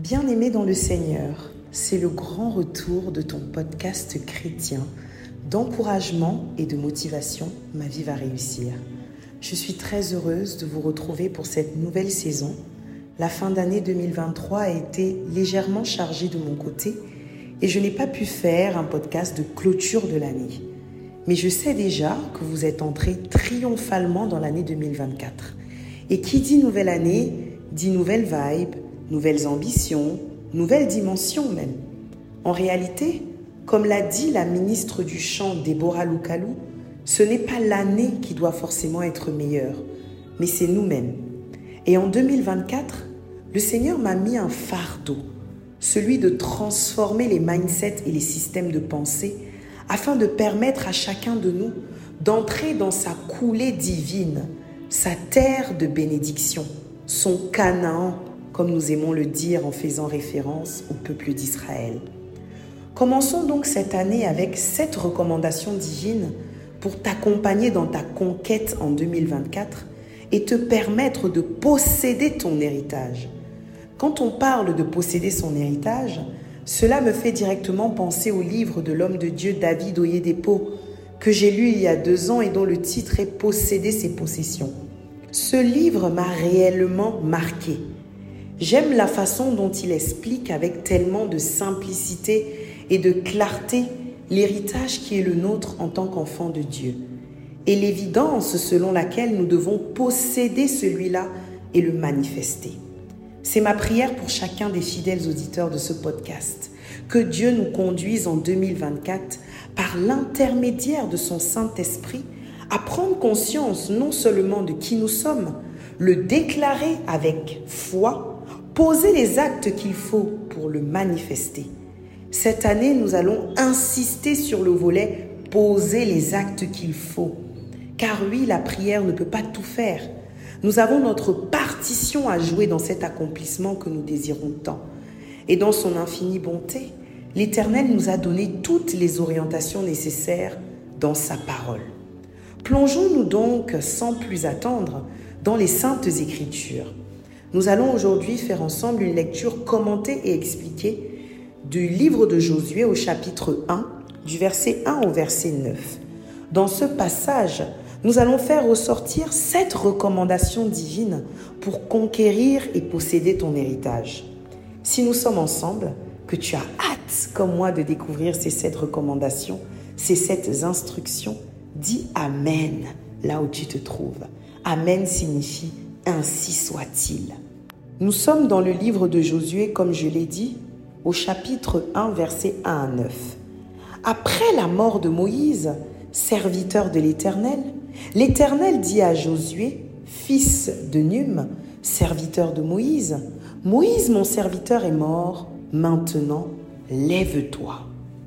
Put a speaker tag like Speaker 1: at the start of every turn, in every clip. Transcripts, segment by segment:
Speaker 1: Bien-aimé dans le Seigneur, c'est le grand retour de ton podcast chrétien d'encouragement et de motivation, Ma vie va réussir. Je suis très heureuse de vous retrouver pour cette nouvelle saison. La fin d'année 2023 a été légèrement chargée de mon côté et je n'ai pas pu faire un podcast de clôture de l'année. Mais je sais déjà que vous êtes entrés triomphalement dans l'année 2024. Et qui dit nouvelle année, dit nouvelle vibe, nouvelles ambitions, nouvelles dimensions même. En réalité, comme l'a dit la ministre du Chant Déborah Loukalou, ce n'est pas l'année qui doit forcément être meilleure, mais c'est nous-mêmes. Et en 2024, le Seigneur m'a mis un fardeau, celui de transformer les mindsets et les systèmes de pensée afin de permettre à chacun de nous d'entrer dans sa coulée divine, sa terre de bénédiction, son Canaan, comme nous aimons le dire en faisant référence au peuple d'Israël. Commençons donc cette année avec 7 recommandations divines pour t'accompagner dans ta conquête en 2024 et te permettre de posséder ton héritage. Quand on parle de posséder son héritage, cela me fait directement penser au livre de l'homme de Dieu David Oyedepo que j'ai lu il y a 2 ans et dont le titre est « Posséder ses possessions ». Ce livre m'a réellement marqué. J'aime la façon dont il explique avec tellement de simplicité et de clarté l'héritage qui est le nôtre en tant qu'enfant de Dieu et l'évidence selon laquelle nous devons posséder celui-là et le manifester. C'est ma prière pour chacun des fidèles auditeurs de ce podcast, que Dieu nous conduise en 2024 par l'intermédiaire de son Saint-Esprit à prendre conscience non seulement de qui nous sommes, le déclarer avec foi, poser les actes qu'il faut pour le manifester. Cette année, nous allons insister sur le volet « poser les actes qu'il faut ». Car oui, la prière ne peut pas tout faire. Nous avons notre partition à jouer dans cet accomplissement que nous désirons tant. Et dans son infinie bonté, l'Éternel nous a donné toutes les orientations nécessaires dans sa parole. Plongeons-nous donc, sans plus attendre, dans les Saintes Écritures. Nous allons aujourd'hui faire ensemble une lecture commentée et expliquée du livre de Josué au chapitre 1, du verset 1 au verset 9. Dans ce passage, nous allons faire ressortir 7 recommandations divines pour conquérir et posséder ton héritage. Si nous sommes ensemble, que tu as hâte comme moi de découvrir ces 7 recommandations, ces 7 instructions, dis Amen là où tu te trouves. Amen signifie « ainsi soit-il ». Nous sommes dans le livre de Josué, comme je l'ai dit, au chapitre 1, versets 1 à 9. Après la mort de Moïse, serviteur de l'Éternel, l'Éternel dit à Josué, fils de Num, serviteur de Moïse, « Moïse, mon serviteur, est mort, maintenant, lève-toi. »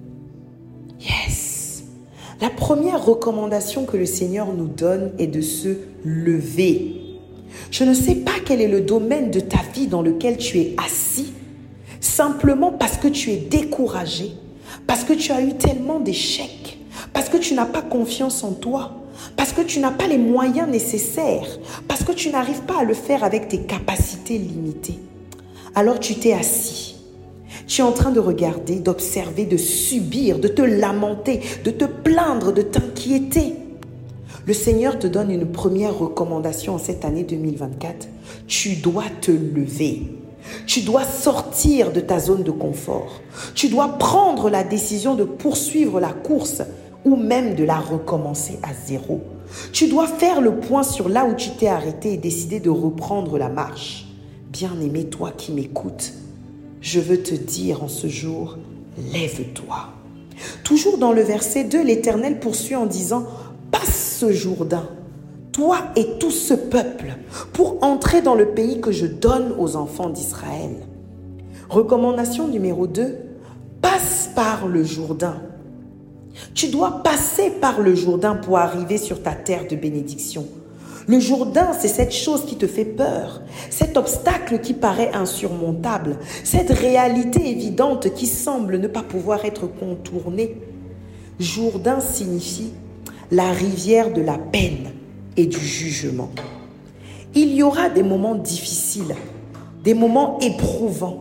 Speaker 1: Yes! La première recommandation que le Seigneur nous donne est de se lever. Je ne sais pas quel est le domaine de ta vie dans lequel tu es assis, simplement parce que tu es découragé, parce que tu as eu tellement d'échecs, parce que tu n'as pas confiance en toi, parce que tu n'as pas les moyens nécessaires, parce que tu n'arrives pas à le faire avec tes capacités limitées. Alors tu t'es assis. Tu es en train de regarder, d'observer, de subir, de te lamenter, de te plaindre, de t'inquiéter. Le Seigneur te donne une première recommandation en cette année 2024. Tu dois te lever. Tu dois sortir de ta zone de confort. Tu dois prendre la décision de poursuivre la course ou même de la recommencer à zéro. Tu dois faire le point sur là où tu t'es arrêté et décider de reprendre la marche. Bien-aimé, toi qui m'écoutes, je veux te dire en ce jour, lève-toi. Toujours dans le verset 2, l'Éternel poursuit en disant, passe ce Jourdain, toi et tout ce peuple, pour entrer dans le pays que je donne aux enfants d'Israël. Recommandation numéro 2, passe par le Jourdain. Tu dois passer par le Jourdain pour arriver sur ta terre de bénédiction. Le Jourdain, c'est cette chose qui te fait peur, cet obstacle qui paraît insurmontable, cette réalité évidente qui semble ne pas pouvoir être contournée. Jourdain signifie la rivière de la peine et du jugement. Il y aura des moments difficiles, des moments éprouvants,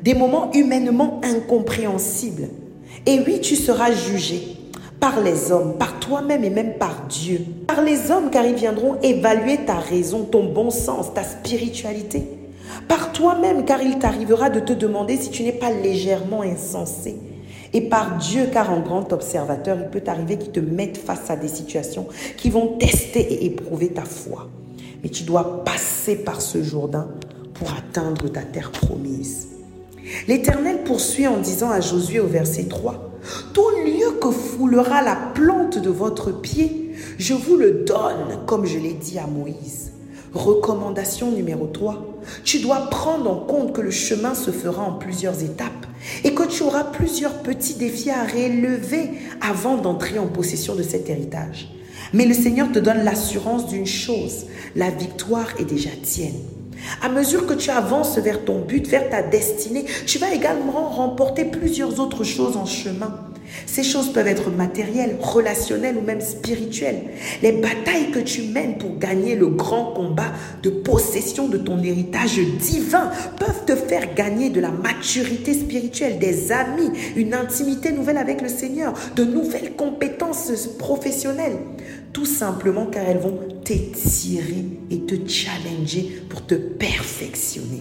Speaker 1: des moments humainement incompréhensibles. Et oui, tu seras jugé par les hommes, par toi-même et même par Dieu. Par les hommes, car ils viendront évaluer ta raison, ton bon sens, ta spiritualité. Par toi-même, car il t'arrivera de te demander si tu n'es pas légèrement insensé. Et par Dieu, car en grand observateur, il peut t'arriver qu'il te mette face à des situations qui vont tester et éprouver ta foi. Mais tu dois passer par ce Jourdain pour atteindre ta terre promise. L'Éternel poursuit en disant à Josué au verset 3, « Tout lieu que foulera la plante de votre pied, je vous le donne, comme je l'ai dit à Moïse. » Recommandation numéro 3, tu dois prendre en compte que le chemin se fera en plusieurs étapes et que tu auras plusieurs petits défis à relever avant d'entrer en possession de cet héritage. Mais le Seigneur te donne l'assurance d'une chose, la victoire est déjà tienne. À mesure que tu avances vers ton but, vers ta destinée, tu vas également remporter plusieurs autres choses en chemin. Ces choses peuvent être matérielles, relationnelles ou même spirituelles. Les batailles que tu mènes pour gagner le grand combat de possession de ton héritage divin peuvent te faire gagner de la maturité spirituelle, des amis, une intimité nouvelle avec le Seigneur, de nouvelles compétences professionnelles. Tout simplement car elles vont t'étirer et te challenger pour te perfectionner.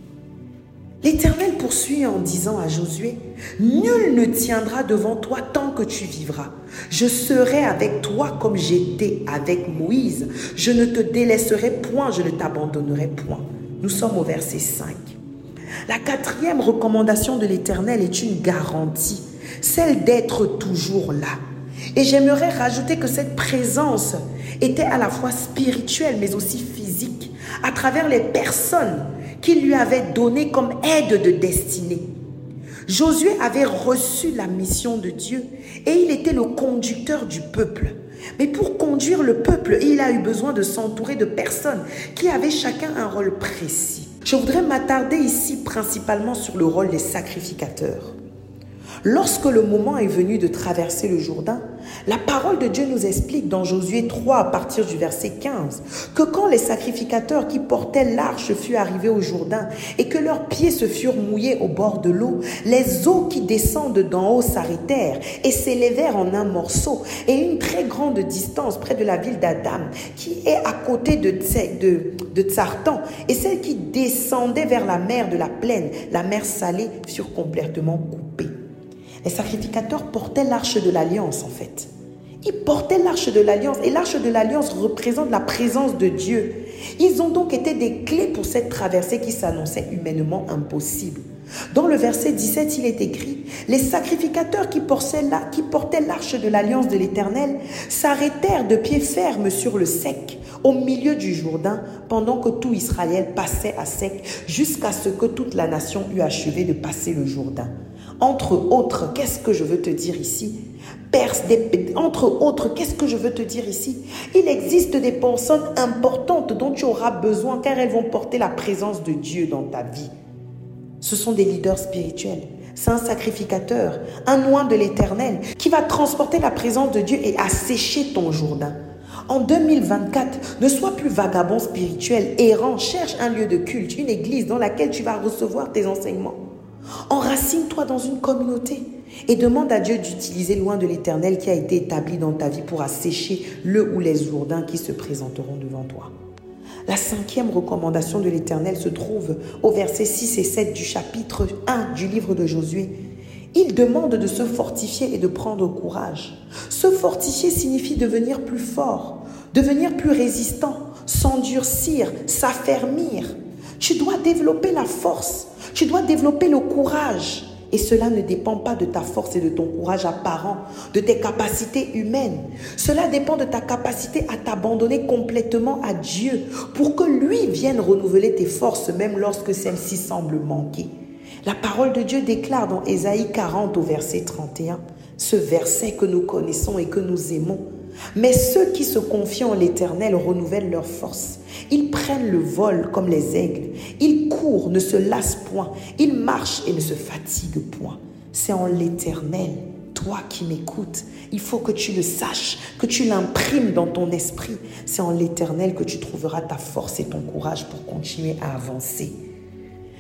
Speaker 1: L'Éternel poursuit en disant à Josué, « Nul ne tiendra devant toi tant que tu vivras. Je serai avec toi comme j'étais avec Moïse. Je ne te délaisserai point, je ne t'abandonnerai point. » Nous sommes au verset 5. La quatrième recommandation de l'Éternel est une garantie, celle d'être toujours là. Et j'aimerais rajouter que cette présence était à la fois spirituelle mais aussi physique, à travers les personnes qu'il lui avait donné comme aide de destinée. Josué avait reçu la mission de Dieu et il était le conducteur du peuple. Mais pour conduire le peuple, il a eu besoin de s'entourer de personnes qui avaient chacun un rôle précis. Je voudrais m'attarder ici principalement sur le rôle des sacrificateurs. Lorsque le moment est venu de traverser le Jourdain, la parole de Dieu nous explique dans Josué 3 à partir du verset 15 que quand les sacrificateurs qui portaient l'arche furent arrivés au Jourdain et que leurs pieds se furent mouillés au bord de l'eau, les eaux qui descendent d'en haut s'arrêtèrent et s'élevèrent en un morceau et une très grande distance près de la ville d'Adam qui est à côté de Tsartan et celles qui descendaient vers la mer de la plaine, la mer salée, furent complètement coupées. Les sacrificateurs portaient l'arche de l'alliance en fait. Ils portaient l'arche de l'alliance et l'arche de l'alliance représente la présence de Dieu. Ils ont donc été des clés pour cette traversée qui s'annonçait humainement impossible. Dans le verset 17, il est écrit « Les sacrificateurs qui portaient l'arche de l'alliance de l'Éternel s'arrêtèrent de pied ferme sur le sec, au milieu du Jourdain, pendant que tout Israël passait à sec, jusqu'à ce que toute la nation eût achevé de passer le Jourdain. » Entre autres, qu'est-ce que je veux te dire ici? Qu'est-ce que je veux te dire ici? Il existe des personnes importantes dont tu auras besoin car elles vont porter la présence de Dieu dans ta vie. Ce sont des leaders spirituels. C'est un sacrificateur, un oint de l'Éternel qui va transporter la présence de Dieu et assécher ton Jourdain. En 2024, ne sois plus vagabond spirituel, errant, cherche un lieu de culte, une église dans laquelle tu vas recevoir tes enseignements. Enracine-toi dans une communauté et demande à Dieu d'utiliser l'oint de l'Éternel qui a été établi dans ta vie pour assécher le ou les Jourdains qui se présenteront devant toi. La cinquième recommandation de l'Éternel se trouve au verset 6 et 7 du chapitre 1 du livre de Josué. Il demande de se fortifier et de prendre courage. Se fortifier signifie devenir plus fort, devenir plus résistant, s'endurcir, s'affermir. Tu dois développer la force. Tu dois développer le courage. Et cela ne dépend pas de ta force et de ton courage apparent, de tes capacités humaines. Cela dépend de ta capacité à t'abandonner complètement à Dieu pour que lui vienne renouveler tes forces même lorsque celles-ci semblent manquer. La parole de Dieu déclare dans Ésaïe 40 au verset 31, ce verset que nous connaissons et que nous aimons. Mais ceux qui se confient en l'Éternel renouvellent leurs forces. Ils prennent le vol comme les aigles. Ils courent, ne se lassent point. Ils marchent et ne se fatiguent point. C'est en l'Éternel, toi qui m'écoutes, il faut que tu le saches, que tu l'imprimes dans ton esprit. C'est en l'Éternel que tu trouveras ta force et ton courage pour continuer à avancer.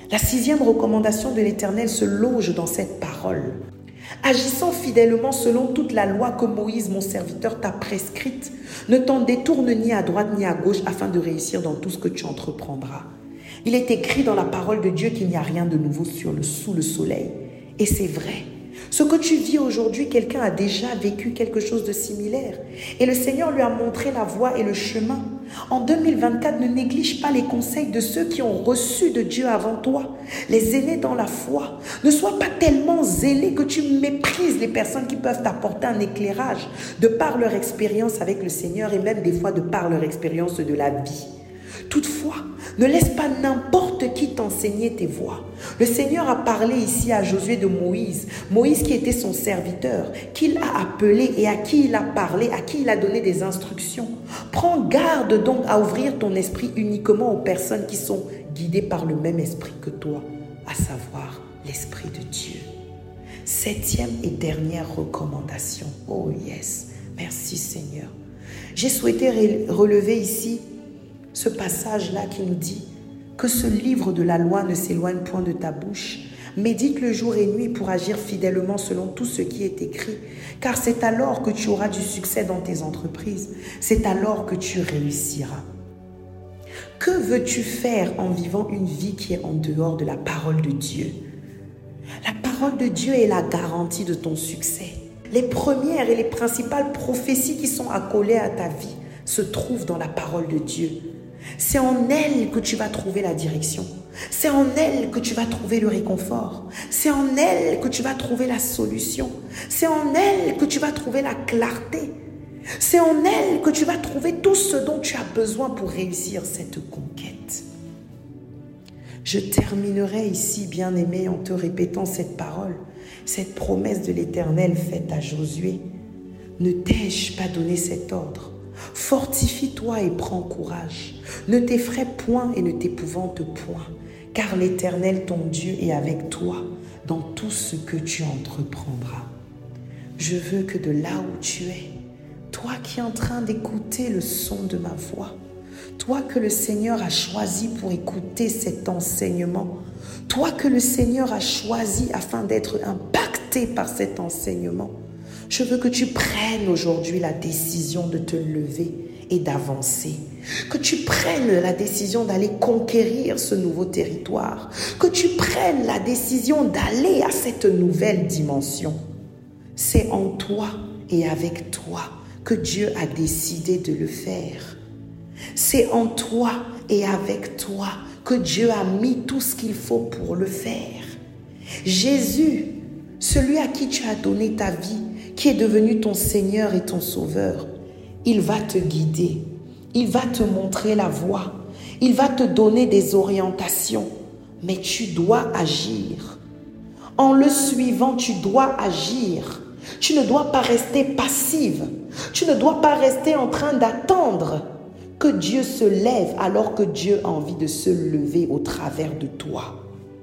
Speaker 1: La 6e recommandation de l'Éternel se loge dans cette parole. Agissant fidèlement selon toute la loi que Moïse, mon serviteur, t'a prescrite, ne t'en détourne ni à droite ni à gauche afin de réussir dans tout ce que tu entreprendras. Il est écrit dans la parole de Dieu qu'il n'y a rien de nouveau sous le soleil. Et c'est vrai. Ce que tu vis aujourd'hui, quelqu'un a déjà vécu quelque chose de similaire. Et le Seigneur lui a montré la voie et le chemin. En 2024, ne néglige pas les conseils de ceux qui ont reçu de Dieu avant toi, les aînés dans la foi. Ne sois pas tellement zélé que tu méprises les personnes qui peuvent t'apporter un éclairage de par leur expérience avec le Seigneur et même des fois de par leur expérience de la vie. Toutefois, ne laisse pas n'importe qui t'enseigner tes voies. Le Seigneur a parlé ici à Josué de Moïse. Moïse qui était son serviteur, qu'il a appelé et à qui il a parlé, à qui il a donné des instructions. Prends garde donc à ouvrir ton esprit uniquement aux personnes qui sont guidées par le même esprit que toi, à savoir l'Esprit de Dieu. 7e et dernière recommandation. Oh yes, merci Seigneur. J'ai souhaité relever ici ce passage-là qui nous dit que ce livre de la loi ne s'éloigne point de ta bouche. Médite-le jour et nuit pour agir fidèlement selon tout ce qui est écrit, car c'est alors que tu auras du succès dans tes entreprises. C'est alors que tu réussiras. Que veux-tu faire en vivant une vie qui est en dehors de la parole de Dieu? La parole de Dieu est la garantie de ton succès. Les premières et les principales prophéties qui sont accolées à ta vie se trouvent dans la parole de Dieu. C'est en elle que tu vas trouver la direction. C'est en elle que tu vas trouver le réconfort. C'est en elle que tu vas trouver la solution. C'est en elle que tu vas trouver la clarté. C'est en elle que tu vas trouver tout ce dont tu as besoin pour réussir cette conquête. Je terminerai ici, bien-aimé, en te répétant cette parole, cette promesse de l'Éternel faite à Josué. Ne t'ai-je pas donné cet ordre? Fortifie-toi et prends courage. Ne t'effraie point et ne t'épouvante point, car l'Éternel, ton Dieu, est avec toi dans tout ce que tu entreprendras. Je veux que de là où tu es, toi qui es en train d'écouter le son de ma voix, toi que le Seigneur a choisi pour écouter cet enseignement, toi que le Seigneur a choisi afin d'être impacté par cet enseignement, je veux que tu prennes aujourd'hui la décision de te lever et d'avancer. Que tu prennes la décision d'aller conquérir ce nouveau territoire. Que tu prennes la décision d'aller à cette nouvelle dimension. C'est en toi et avec toi que Dieu a décidé de le faire. C'est en toi et avec toi que Dieu a mis tout ce qu'il faut pour le faire. Jésus, celui à qui tu as donné ta vie, qui est devenu ton Seigneur et ton Sauveur, il va te guider, il va te montrer la voie, il va te donner des orientations, mais tu dois agir. En le suivant, tu dois agir. Tu ne dois pas rester passive, tu ne dois pas rester en train d'attendre que Dieu se lève alors que Dieu a envie de se lever au travers de toi.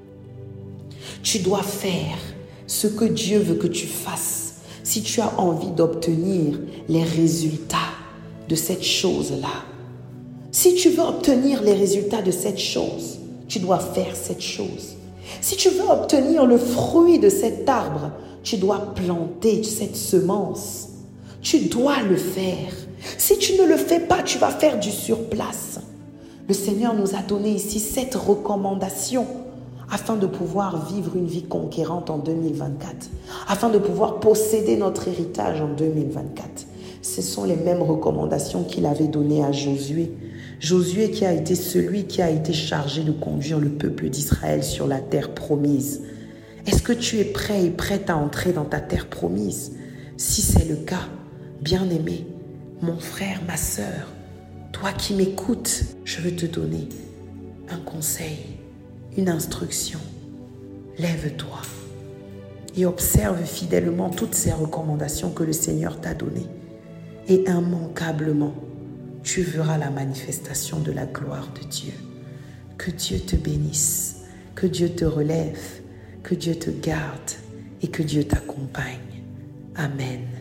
Speaker 1: Tu dois faire ce que Dieu veut que tu fasses. Si tu as envie d'obtenir les résultats de cette chose-là, si tu veux obtenir les résultats de cette chose, tu dois faire cette chose. Si tu veux obtenir le fruit de cet arbre, tu dois planter cette semence. Tu dois le faire. Si tu ne le fais pas, tu vas faire du surplace. Le Seigneur nous a donné ici 7 recommandations afin de pouvoir vivre une vie conquérante en 2024, afin de pouvoir posséder notre héritage en 2024. Ce sont les mêmes recommandations qu'il avait données à Josué. Josué qui a été celui qui a été chargé de conduire le peuple d'Israël sur la terre promise. Est-ce que tu es prêt et prête à entrer dans ta terre promise? Si c'est le cas, bien-aimé, mon frère, ma sœur, toi qui m'écoutes, je veux te donner un conseil, une instruction. Lève-toi et observe fidèlement toutes ces recommandations que le Seigneur t'a données. Et immanquablement, tu verras la manifestation de la gloire de Dieu. Que Dieu te bénisse, que Dieu te relève, que Dieu te garde et que Dieu t'accompagne. Amen.